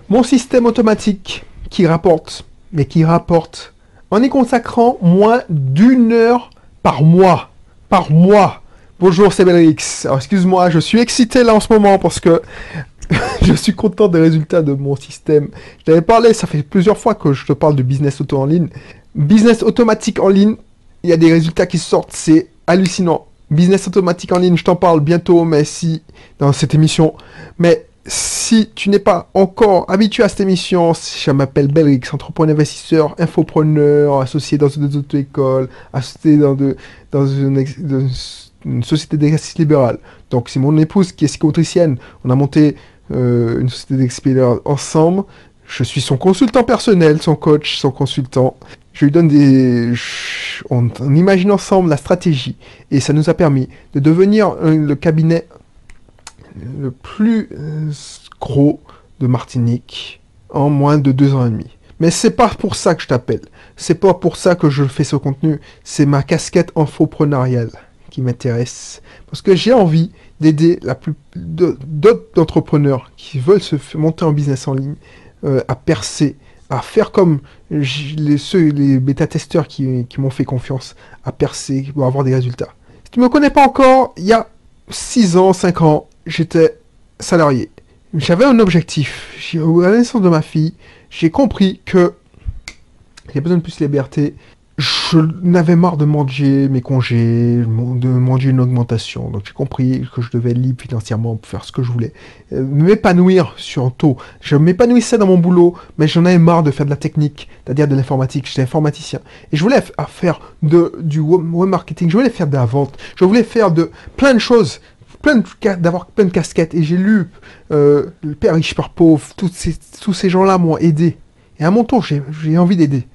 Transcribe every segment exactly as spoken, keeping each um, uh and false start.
Mon système automatique qui rapporte, mais qui rapporte en y consacrant moins d'une heure par mois. Par mois. Bonjour, c'est Belrix. Alors excuse-moi, je suis excité là en ce moment parce que je suis content des résultats de mon système. Je t'avais parlé, ça fait plusieurs fois que je te parle de business auto en ligne. Business automatique en ligne, il y a des résultats qui sortent, c'est hallucinant. Business automatique en ligne, je t'en parle bientôt, mais si, dans cette émission. Mais si tu n'es pas encore habitué à cette émission, je m'appelle Belrix, entrepreneur investisseur, infopreneur, associé dans une auto-école, associé dans, de, dans une, dans une société d'exercice libéral. Donc c'est mon épouse qui est psychomotricienne. On a monté euh, une société d'exercice libéral ensemble. Je suis son consultant personnel, son coach, son consultant. Je lui donne des... On, on imagine ensemble la stratégie. Et ça nous a permis de devenir euh, le cabinet le plus euh, gros de Martinique en moins de deux ans et demi. Mais c'est pas pour ça que je t'appelle. C'est pas pour ça que je fais ce contenu. C'est ma casquette infoprenariale qui m'intéresse. Parce que j'ai envie d'aider la plus d'autres entrepreneurs qui veulent se monter en business en ligne euh, à percer, à faire comme les, ceux, les bêta-testeurs qui, qui m'ont fait confiance, à percer pour avoir des résultats. Si tu me connais pas encore, il y a six ans, cinq ans, j'étais salarié. J'avais un objectif. À la naissance de ma fille, j'ai compris que j'ai besoin de plus de liberté. Je n'avais marre de manger mes congés, de manger une augmentation. Donc j'ai compris que je devais être libre financièrement pour faire ce que je voulais. Euh, m'épanouir sur un taux. Je m'épanouissais dans mon boulot, mais j'en avais marre de faire de la technique, c'est-à-dire de l'informatique. J'étais informaticien. Et je voulais faire de, du web marketing, je voulais faire de la vente, je voulais faire de plein de choses, plein de, d'avoir plein de casquettes. Et j'ai lu euh, Le Père riche, Père pauvre, tous ces, tous ces gens-là m'ont aidé. Et à mon tour, j'ai, j'ai envie d'aider.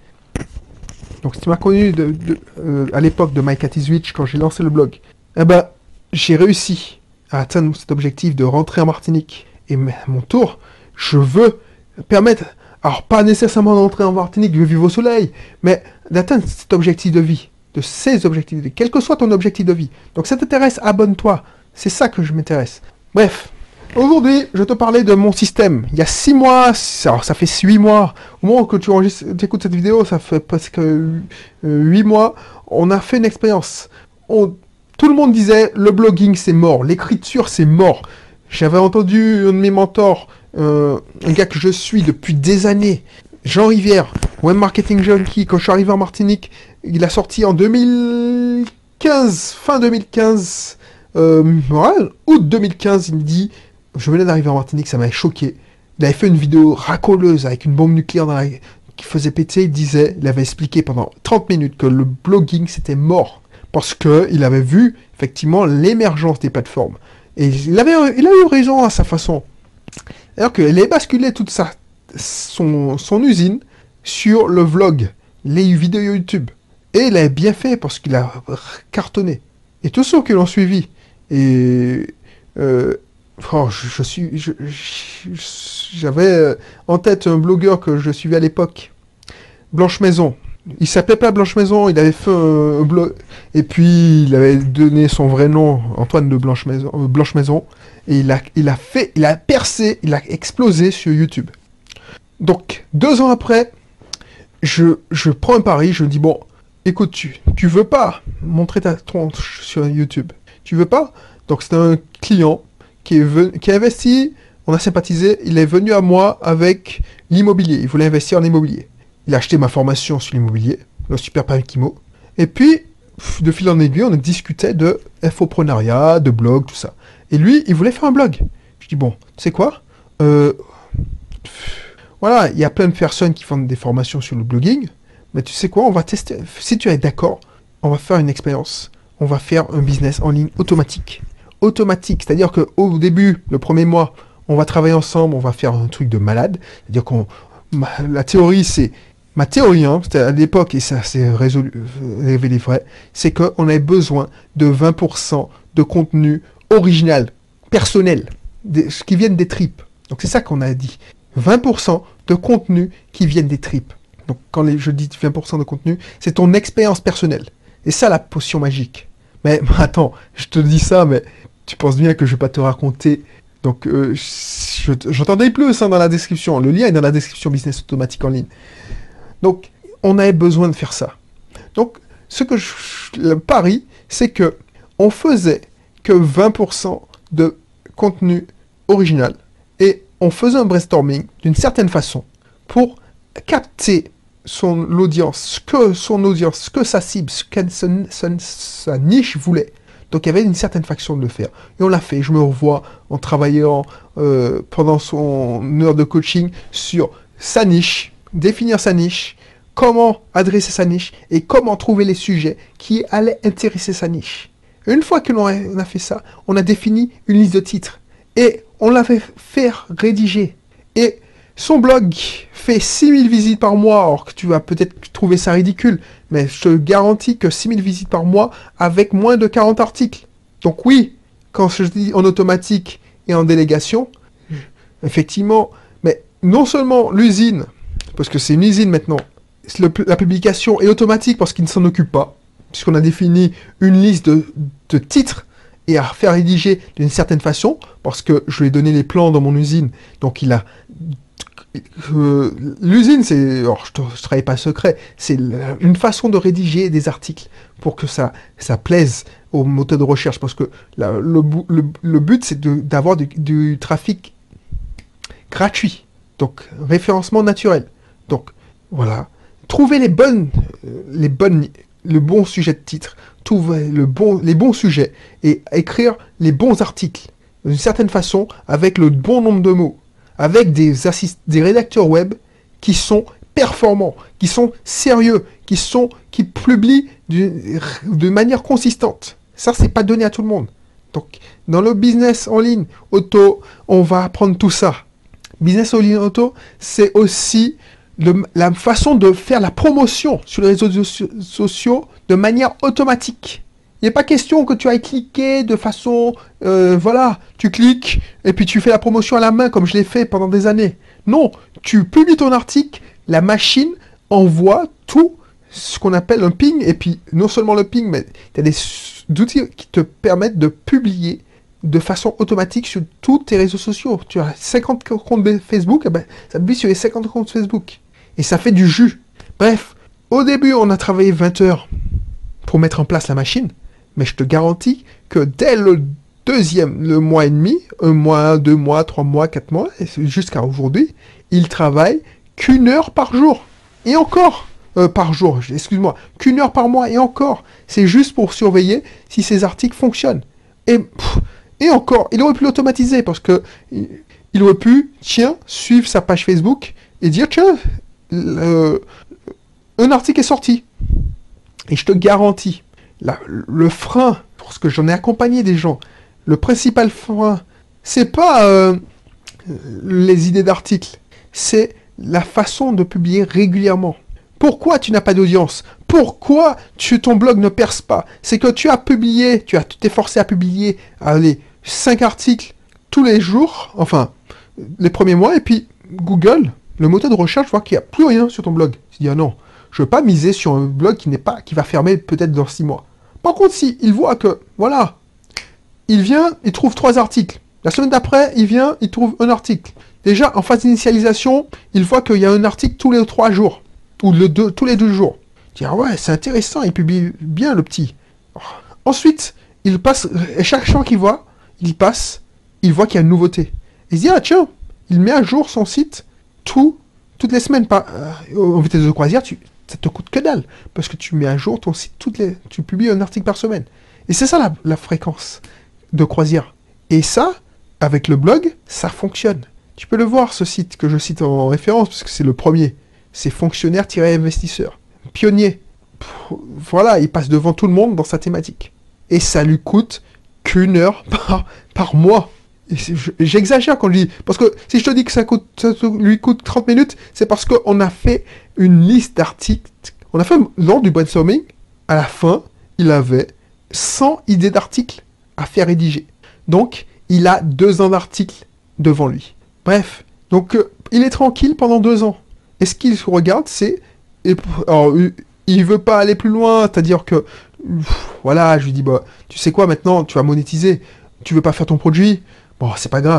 Donc, si tu m'as connu de, de, euh, à l'époque de My Cat is Rich, quand j'ai lancé le blog, eh ben, j'ai réussi à atteindre cet objectif de rentrer en Martinique. Et à mon tour, je veux permettre, alors pas nécessairement d'entrer en Martinique, je veux vivre au soleil, mais d'atteindre cet objectif de vie, de ces objectifs de vie, quel que soit ton objectif de vie. Donc, si ça t'intéresse, abonne-toi. C'est ça que je m'intéresse. Bref. Aujourd'hui, je te parlais de mon système. Il y a six mois, alors ça fait huit mois, au moment que tu enregistres, tu écoutes cette vidéo, ça fait presque huit mois, on a fait une expérience. On, tout le monde disait, le blogging c'est mort, l'écriture c'est mort. J'avais entendu un de mes mentors, euh, un gars que je suis depuis des années, Jean Rivière, Web Marketing Junkie, quand je suis arrivé en Martinique, il a sorti en deux mille quinze, fin deux mille quinze, euh, ouais, août deux mille quinze, il me dit... Je venais d'arriver en Martinique, ça m'avait choqué. Il avait fait une vidéo racoleuse avec une bombe nucléaire dans la... qui faisait péter. Il disait, il avait expliqué pendant trente minutes que le blogging c'était mort. Parce qu'il avait vu effectivement l'émergence des plateformes. Et il, avait, il a eu raison à sa façon. Alors qu'il avait basculé toute sa, son, son usine sur le vlog, les vidéos YouTube. Et il avait bien fait parce qu'il a cartonné. Et tous ceux qui l'ont suivi. Et... Euh, Oh, je, je suis, je, je, j'avais en tête un blogueur que je suivais à l'époque, Blanche Maison. Il s'appelait pas Blanche Maison, il avait fait un, un blog, et puis il avait donné son vrai nom, Antoine de Blanche Maison, euh, Blanche Maison, et il a, il a fait, il a percé, il a explosé sur YouTube. Donc deux ans après, je, je prends un pari, je dis bon, écoute, tu, tu veux pas montrer ta tronche sur YouTube, tu veux pas? Donc c'est un client. Qui, est venu, qui a investi, on a sympathisé, il est venu à moi avec l'immobilier, il voulait investir en immobilier. Il a acheté ma formation sur l'immobilier, le Super Pavekimo, et puis, de fil en aiguille, on discutait de infoprenariat, de blog, tout ça. Et lui, il voulait faire un blog. Je dis, bon, tu sais quoi euh, Voilà, il y a plein de personnes qui font des formations sur le blogging, mais tu sais quoi, on va tester, si tu es d'accord, on va faire une expérience, on va faire un business en ligne automatique. Automatique, c'est-à-dire qu'au début, le premier mois, on va travailler ensemble, on va faire un truc de malade, c'est-à-dire qu'on, ma, la théorie, c'est, ma théorie, hein, c'était à l'époque, et ça s'est résolu, révélé vrai, c'est qu'on avait besoin de vingt pour cent de contenu original, personnel, des, qui viennent des tripes. Donc c'est ça qu'on a dit, vingt pour cent de contenu qui viennent des tripes. Donc quand les, je dis vingt pour cent de contenu, c'est ton expérience personnelle. Et ça, la potion magique. Mais attends, je te dis ça, mais tu penses bien que je vais pas te raconter Donc, euh, je- j'entendais plus hein, dans la description. Le lien est dans la description Business Automatique en ligne. Donc, on avait besoin de faire ça. Donc, ce que je, le pari, c'est que on faisait que vingt pour cent de contenu original et on faisait un brainstorming d'une certaine façon pour capter son audience, ce que son audience, ce que sa cible, ce que son, son, sa niche voulait. Donc il y avait une certaine façon de le faire. Et on l'a fait. Je me revois en travaillant euh, pendant son heure de coaching sur sa niche, définir sa niche, comment adresser sa niche et comment trouver les sujets qui allaient intéresser sa niche. Et une fois que l'on a, on a fait ça, on a défini une liste de titres et on l'a fait faire rédiger. Et son blog fait six mille visites par mois, alors que tu vas peut-être trouver ça ridicule, mais je te garantis que six mille visites par mois avec moins de quarante articles. Donc oui, quand je dis en automatique et en délégation, effectivement, mais non seulement l'usine, parce que c'est une usine maintenant, le, la publication est automatique parce qu'il ne s'en occupe pas, puisqu'on a défini une liste de, de titres et à faire rédiger d'une certaine façon, parce que je lui ai donné les plans dans mon usine, donc il a... Euh, l'usine, c'est... Alors, je ne travaille pas secret, c'est une façon de rédiger des articles pour que ça, ça plaise aux moteurs de recherche, parce que la, le, le, le but, c'est d'avoir du, du trafic gratuit, donc référencement naturel. Donc, voilà. Trouver les bonnes... Les bonnes le bon sujet de titre, trouver le bon, les bons sujets et écrire les bons articles d'une certaine façon avec le bon nombre de mots, avec des, assist des rédacteurs web qui sont performants, qui sont sérieux, qui, sont, qui publient de manière consistante. Ça, c'est pas donné à tout le monde. Donc, dans le business en ligne auto, on va apprendre tout ça. Business en ligne auto, c'est aussi Le, la façon de faire la promotion sur les réseaux so sociaux de manière automatique. Il n'est pas question que tu ailles cliquer de façon... Euh, voilà, tu cliques et puis tu fais la promotion à la main comme je l'ai fait pendant des années. Non, tu publies ton article, la machine envoie tout ce qu'on appelle un ping. Et puis, non seulement le ping, mais tu as des outils qui te permettent de publier de façon automatique sur tous tes réseaux sociaux. Tu as cinquante comptes Facebook, eh ben, ça publie sur les cinquante comptes Facebook. Et ça fait du jus. Bref, au début, on a travaillé vingt heures pour mettre en place la machine. Mais je te garantis que dès le deuxième, le mois et demi, un mois, deux mois, trois mois, quatre mois, jusqu'à aujourd'hui, il travaille qu'une heure par jour. Et encore, euh, par jour, excuse-moi, qu'une heure par mois et encore. C'est juste pour surveiller si ces articles fonctionnent. Et, pff, et encore, il aurait pu l'automatiser parce que il aurait pu, tiens, suivre sa page Facebook et dire, tiens, le, un article est sorti. Et je te garantis, la, le frein, parce que j'en ai accompagné des gens, le principal frein, c'est pas euh, les idées d'articles, c'est la façon de publier régulièrement. Pourquoi tu n'as pas d'audience? Pourquoi tu, ton blog ne perce pas? C'est que tu as publié, tu as t'es forcé à publier, allez, cinq articles tous les jours, enfin, les premiers mois, et puis Google, le moteur de recherche, voit qu'il n'y a plus rien sur ton blog. Il se dit, ah non, je ne veux pas miser sur un blog qui n'est pas, qui va fermer peut-être dans six mois. Par contre, si il voit que, voilà, il vient, il trouve trois articles. La semaine d'après, il vient, il trouve un article. Déjà, en phase d'initialisation, il voit qu'il y a un article tous les trois jours. Ou le deux, tous les deux jours. Il dit, ah ouais, c'est intéressant, il publie bien le petit. Ensuite, il passe, et chaque champ qu'il voit, il passe, il voit qu'il y a une nouveauté. Il se dit, ah tiens, il met à jour son site tout, toutes les semaines. Pas, euh, en vitesse de croisière, tu, ça te coûte que dalle. Parce que tu mets à jour ton site, toutes les, tu publies un article par semaine. Et c'est ça la, la fréquence de croisière. Et ça, avec le blog, ça fonctionne. Tu peux le voir, ce site que je cite en référence, parce que c'est le premier. C'est fonctionnaire-investisseur. Pionnier. Pff, voilà, il passe devant tout le monde dans sa thématique. Et ça lui coûte qu'une heure par, par mois. J'exagère quand je dis... Parce que si je te dis que ça, coûte, ça lui coûte trente minutes, c'est parce qu'on a fait une liste d'articles. On a fait, lors du brainstorming, à la fin, il avait cent idées d'articles à faire rédiger. Donc, il a deux ans d'articles devant lui. Bref, donc euh, il est tranquille pendant deux ans. Et ce qu'il regarde, c'est... Alors, il veut pas aller plus loin, c'est-à-dire que... Voilà, je lui dis, bah, tu sais quoi, maintenant, tu vas monétiser. Tu veux pas faire ton produit? Bon, c'est pas grave.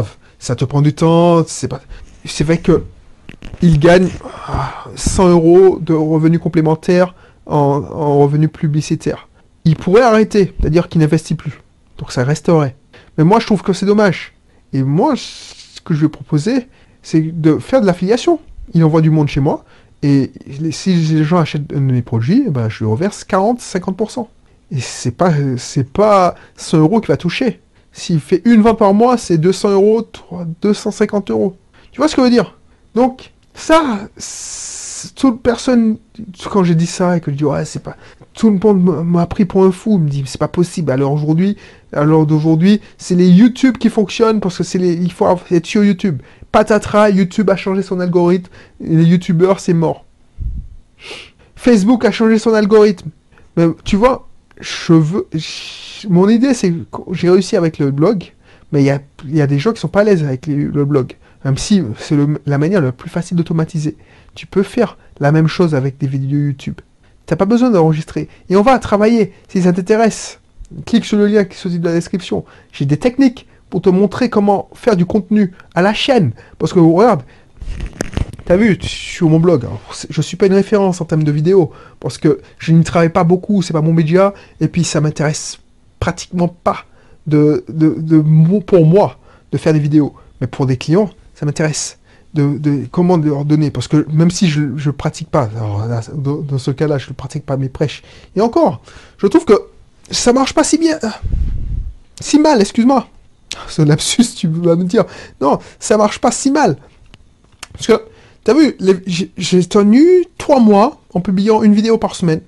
Ça te prend du temps, c'est pas... C'est vrai que il gagne cent euros de revenus complémentaires en, en revenus publicitaires. Il pourrait arrêter, c'est-à-dire qu'il n'investit plus. Donc ça resterait. Mais moi, je trouve que c'est dommage. Et moi, ce que je vais proposer, c'est de faire de l'affiliation. Il envoie du monde chez moi, et si les gens achètent mes produits, ben, je lui reverse quarante à cinquante pour cent. Et c'est pas, c'est pas cent euros qu'il va toucher. S'il fait une vente par mois, c'est deux cents euros, deux cent cinquante euros. Tu vois ce que je veux dire? Donc, ça, toute personne, quand j'ai dit ça et que je dis, ouais, c'est pas... Tout le monde m'a pris pour un fou, il me dit, c'est pas possible. Alors aujourd'hui, alors d'aujourd'hui, c'est les YouTube qui fonctionnent parce que c'est les, il faut être sur YouTube. Patatras, YouTube a changé son algorithme, les YouTubeurs, c'est mort. Facebook a changé son algorithme. Mais tu vois, je veux... Je, mon idée, c'est que j'ai réussi avec le blog, mais il y a, y a des gens qui sont pas à l'aise avec les, le blog. Même si c'est la manière la plus facile d'automatiser. Tu peux faire la même chose avec des vidéos YouTube. T'as pas besoin d'enregistrer. Et on va travailler, si ça t'intéresse. Clique sur le lien qui se trouve dans la description. J'ai des techniques pour te montrer comment faire du contenu à la chaîne. Parce que, regarde, t'as vu, sur mon blog, alors, je suis pas une référence en termes de vidéos. Parce que je n'y travaille pas beaucoup, c'est pas mon média. Et puis, ça m'intéresse pratiquement pas de, de, de, pour moi de faire des vidéos. Mais pour des clients, ça m'intéresse. De, de comment leur donner, parce que même si je ne pratique pas, alors là, dans, dans ce cas-là, je ne pratique pas mes prêches, et encore, je trouve que ça marche pas si bien, si mal, excuse-moi, ce lapsus, tu vas me dire, non, ça marche pas si mal, parce que, t'as vu, j'ai tenu trois mois en publiant une vidéo par semaine,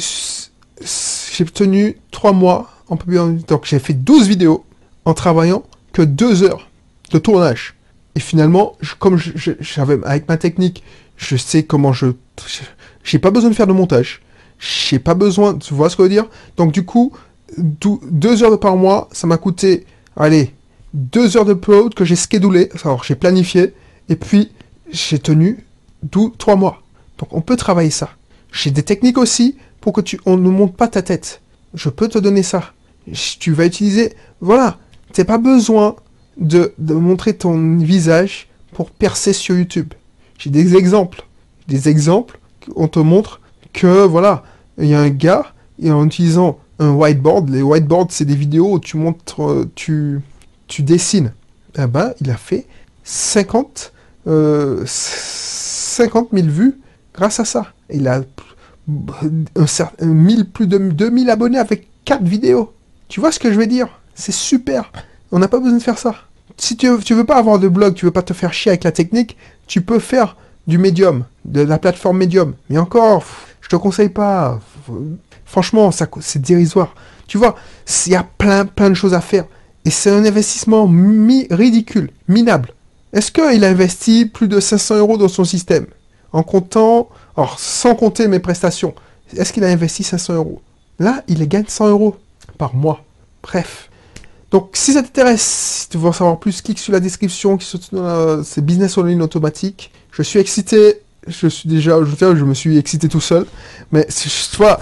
j'ai tenu trois mois en publiant, donc j'ai fait douze vidéos en travaillant que deux heures de tournage. Et finalement, je, comme j'avais avec ma technique, je sais comment je... J'ai pas besoin de faire de montage. J'ai pas besoin... Tu vois ce que je veux dire? Donc du coup, do, deux heures par mois, ça m'a coûté, allez, deux heures de upload que j'ai schedulé, alors j'ai planifié, et puis j'ai tenu trois mois. Donc on peut travailler ça. J'ai des techniques aussi pour que tu... On ne monte pas ta tête. Je peux te donner ça. Tu vas utiliser... Voilà. T'as pas besoin... De, de montrer ton visage pour percer sur YouTube. J'ai des exemples. Des exemples, on te montre que, voilà, il y a un gars, et en utilisant un whiteboard, les whiteboards, c'est des vidéos où tu montres, tu, tu dessines. Eh ben, il a fait cinquante, euh, cinquante mille vues grâce à ça. Il a un certain, mille, plus de deux mille abonnés avec quatre vidéos. Tu vois ce que je veux dire? C'est super. On n'a pas besoin de faire ça. Si tu veux, tu veux pas avoir de blog, tu veux pas te faire chier avec la technique, tu peux faire du Medium, de la plateforme Medium. Mais encore, je te conseille pas. Franchement, ça, c'est dérisoire. Tu vois, il y a plein, plein de choses à faire. Et c'est un investissement mi ridicule, minable. Est-ce qu'il a investi plus de cinq cents euros dans son système? En comptant, alors sans compter mes prestations, est-ce qu'il a investi cinq cents euros? Là, il gagne cent euros par mois. Bref. Donc, si ça t'intéresse, si tu veux en savoir plus, clique sur la description, qui se trouve dans c'est business en ligne automatique. Je suis excité, je suis déjà, je, je me suis excité tout seul, mais tu vois,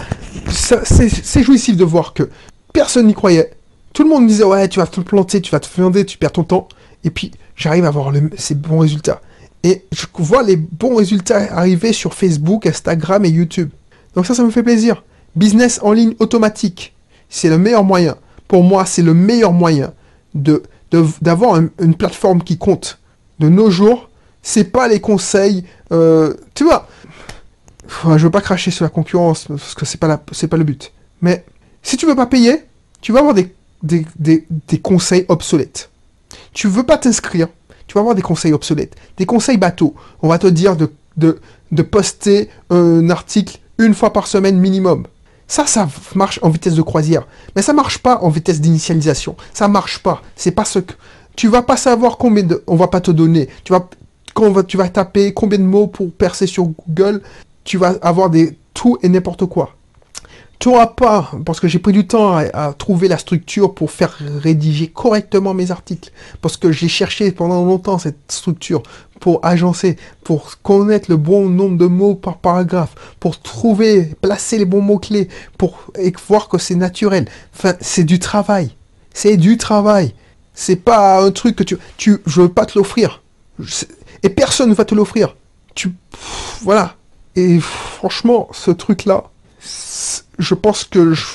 c'est jouissif de voir que personne n'y croyait. Tout le monde me disait, ouais, tu vas te planter, tu vas te fonder, tu perds ton temps, et puis j'arrive à avoir le, ces bons résultats. Et je vois les bons résultats arriver sur Facebook, Instagram et YouTube. Donc ça, ça me fait plaisir. Business en ligne automatique, c'est le meilleur moyen. Pour moi, c'est le meilleur moyen de d'avoir un, une plateforme qui compte. De nos jours, c'est pas les conseils. Euh, tu vois, enfin, je veux pas cracher sur la concurrence parce que c'est pas la, c'est pas le but. Mais si tu veux pas payer, tu vas avoir des des, des, des conseils obsolètes. Tu veux pas t'inscrire, tu vas avoir des conseils obsolètes, des conseils bateaux. On va te dire de de de poster un article une fois par semaine minimum. Ça, ça marche en vitesse de croisière. Mais ça marche pas en vitesse d'initialisation. Ça marche pas. C'est pas ce que... Tu vas pas savoir combien de... On va pas te donner. Tu vas... Quand on va... tu vas taper combien de mots pour percer sur Google, tu vas avoir des... tout et n'importe quoi. Tu n'auras pas... Parce que j'ai pris du temps à... à trouver la structure pour faire rédiger correctement mes articles. Parce que j'ai cherché pendant longtemps cette structure pour agencer, pour connaître le bon nombre de mots par paragraphe, pour trouver, placer les bons mots-clés, pour et voir que c'est naturel. Enfin, c'est du travail. C'est du travail. C'est pas un truc que tu... tu je veux pas te l'offrir. Et personne ne va te l'offrir. Tu... Pff, voilà. Et franchement, ce truc-là, je pense que je...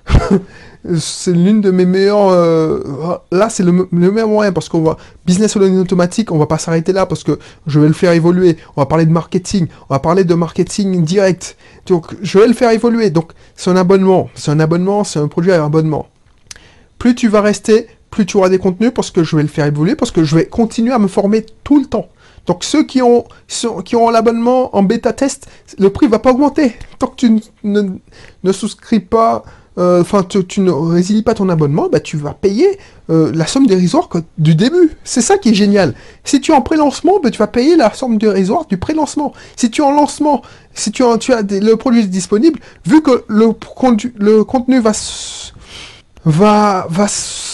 c'est l'une de mes meilleures... Euh... Là, c'est le, le meilleur moyen, parce qu'on va... Business en automatique, on va pas s'arrêter là, parce que je vais le faire évoluer. On va parler de marketing, on va parler de marketing direct. Donc, je vais le faire évoluer. Donc, c'est un abonnement. C'est un abonnement, c'est un produit à abonnement. Plus tu vas rester, plus tu auras des contenus, parce que je vais le faire évoluer, parce que je vais continuer à me former tout le temps. Donc ceux qui ont, qui ont l'abonnement en bêta test, le prix va pas augmenter. Tant que tu ne, ne souscris pas, enfin euh, tu, tu ne résilies pas ton abonnement, bah, tu vas payer euh, la somme dérisoire du début. C'est ça qui est génial. Si tu es en pré-lancement, bah, tu vas payer la somme dérisoire du pré-lancement. Si tu es en lancement, si tu as, tu as des, le produit disponible, vu que le, le contenu va... va, va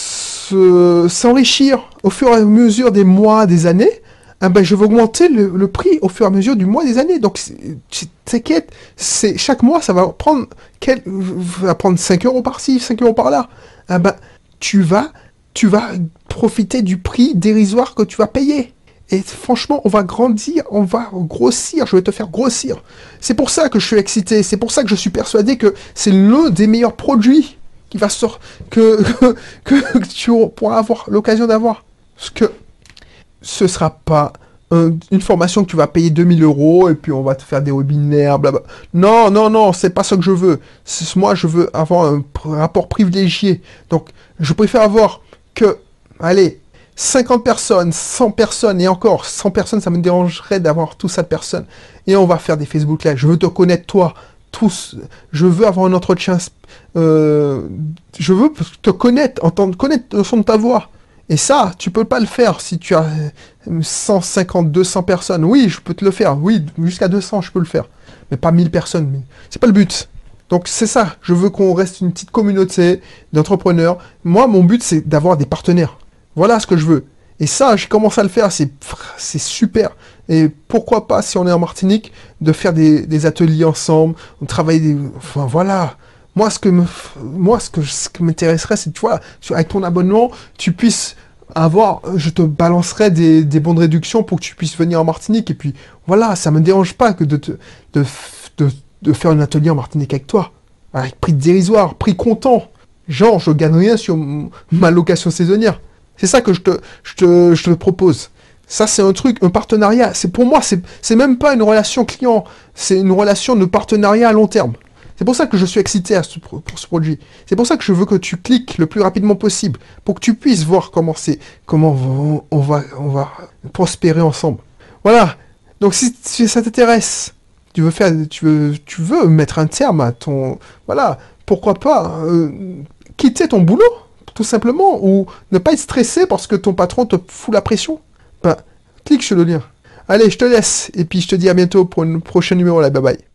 s'enrichir au fur et à mesure des mois, des années, eh ben, je vais augmenter le, le prix au fur et à mesure du mois, des années. Donc, t'inquiète, c'est, chaque mois, ça va prendre, quel, va prendre cinq euros par-ci, cinq euros par-là. Eh ben, tu vas, tu vas profiter du prix dérisoire que tu vas payer. Et franchement, on va grandir, on va grossir, je vais te faire grossir. C'est pour ça que je suis excité, c'est pour ça que je suis persuadé que c'est l'un des meilleurs produits qui va sortir, que, que, que tu pourras avoir l'occasion d'avoir. Parce que ce sera pas un, une formation que tu vas payer deux mille euros et puis on va te faire des webinaires, blablabla. Non, non, non, c'est pas ça que je veux. C'est, moi, je veux avoir un rapport privilégié. Donc, je préfère avoir que, allez, cinquante personnes, cent personnes, et encore, cent personnes, ça me dérangerait d'avoir tout ça de personnes. Et on va faire des Facebook Live. Je veux te connaître, toi. Tous, je veux avoir un entretien, euh, je veux te connaître, entendre, connaître le son de ta voix. Et ça, tu peux pas le faire si tu as cent cinquante, deux cents personnes. Oui, je peux te le faire. Oui, jusqu'à deux cents, je peux le faire. Mais pas mille personnes. Mais c'est pas le but. Donc c'est ça. Je veux qu'on reste une petite communauté d'entrepreneurs. Moi, mon but, c'est d'avoir des partenaires. Voilà ce que je veux. Et ça, j'ai commencé à le faire, c'est, c'est super. Et pourquoi pas, si on est en Martinique, de faire des, des ateliers ensemble, on travaille des... Enfin, voilà. Moi, ce que me, moi, ce que, ce qui m'intéresserait, c'est, tu vois, avec ton abonnement, tu puisses avoir... Je te balancerai des, des bons de réduction pour que tu puisses venir en Martinique. Et puis, voilà, ça me dérange pas que de, te, de, de, de faire un atelier en Martinique avec toi. Avec prix dérisoire, prix comptant. Genre, je gagne rien sur ma location saisonnière. C'est ça que je te, je te, je te propose. Ça, c'est un truc, un partenariat. C'est pour moi, c'est, c'est même pas une relation client. C'est une relation de partenariat à long terme. C'est pour ça que je suis excité à ce, pour ce produit. C'est pour ça que je veux que tu cliques le plus rapidement possible. Pour que tu puisses voir comment c'est, comment on, on va, on va prospérer ensemble. Voilà. Donc, si, si ça t'intéresse, tu veux faire, tu veux, tu veux mettre un terme à ton, voilà. Pourquoi pas, euh, quitter ton boulot? Tout simplement, ou ne pas être stressé parce que ton patron te fout la pression, ben, clique sur le lien. Allez, je te laisse, et puis je te dis à bientôt pour un prochain numéro là, bye bye.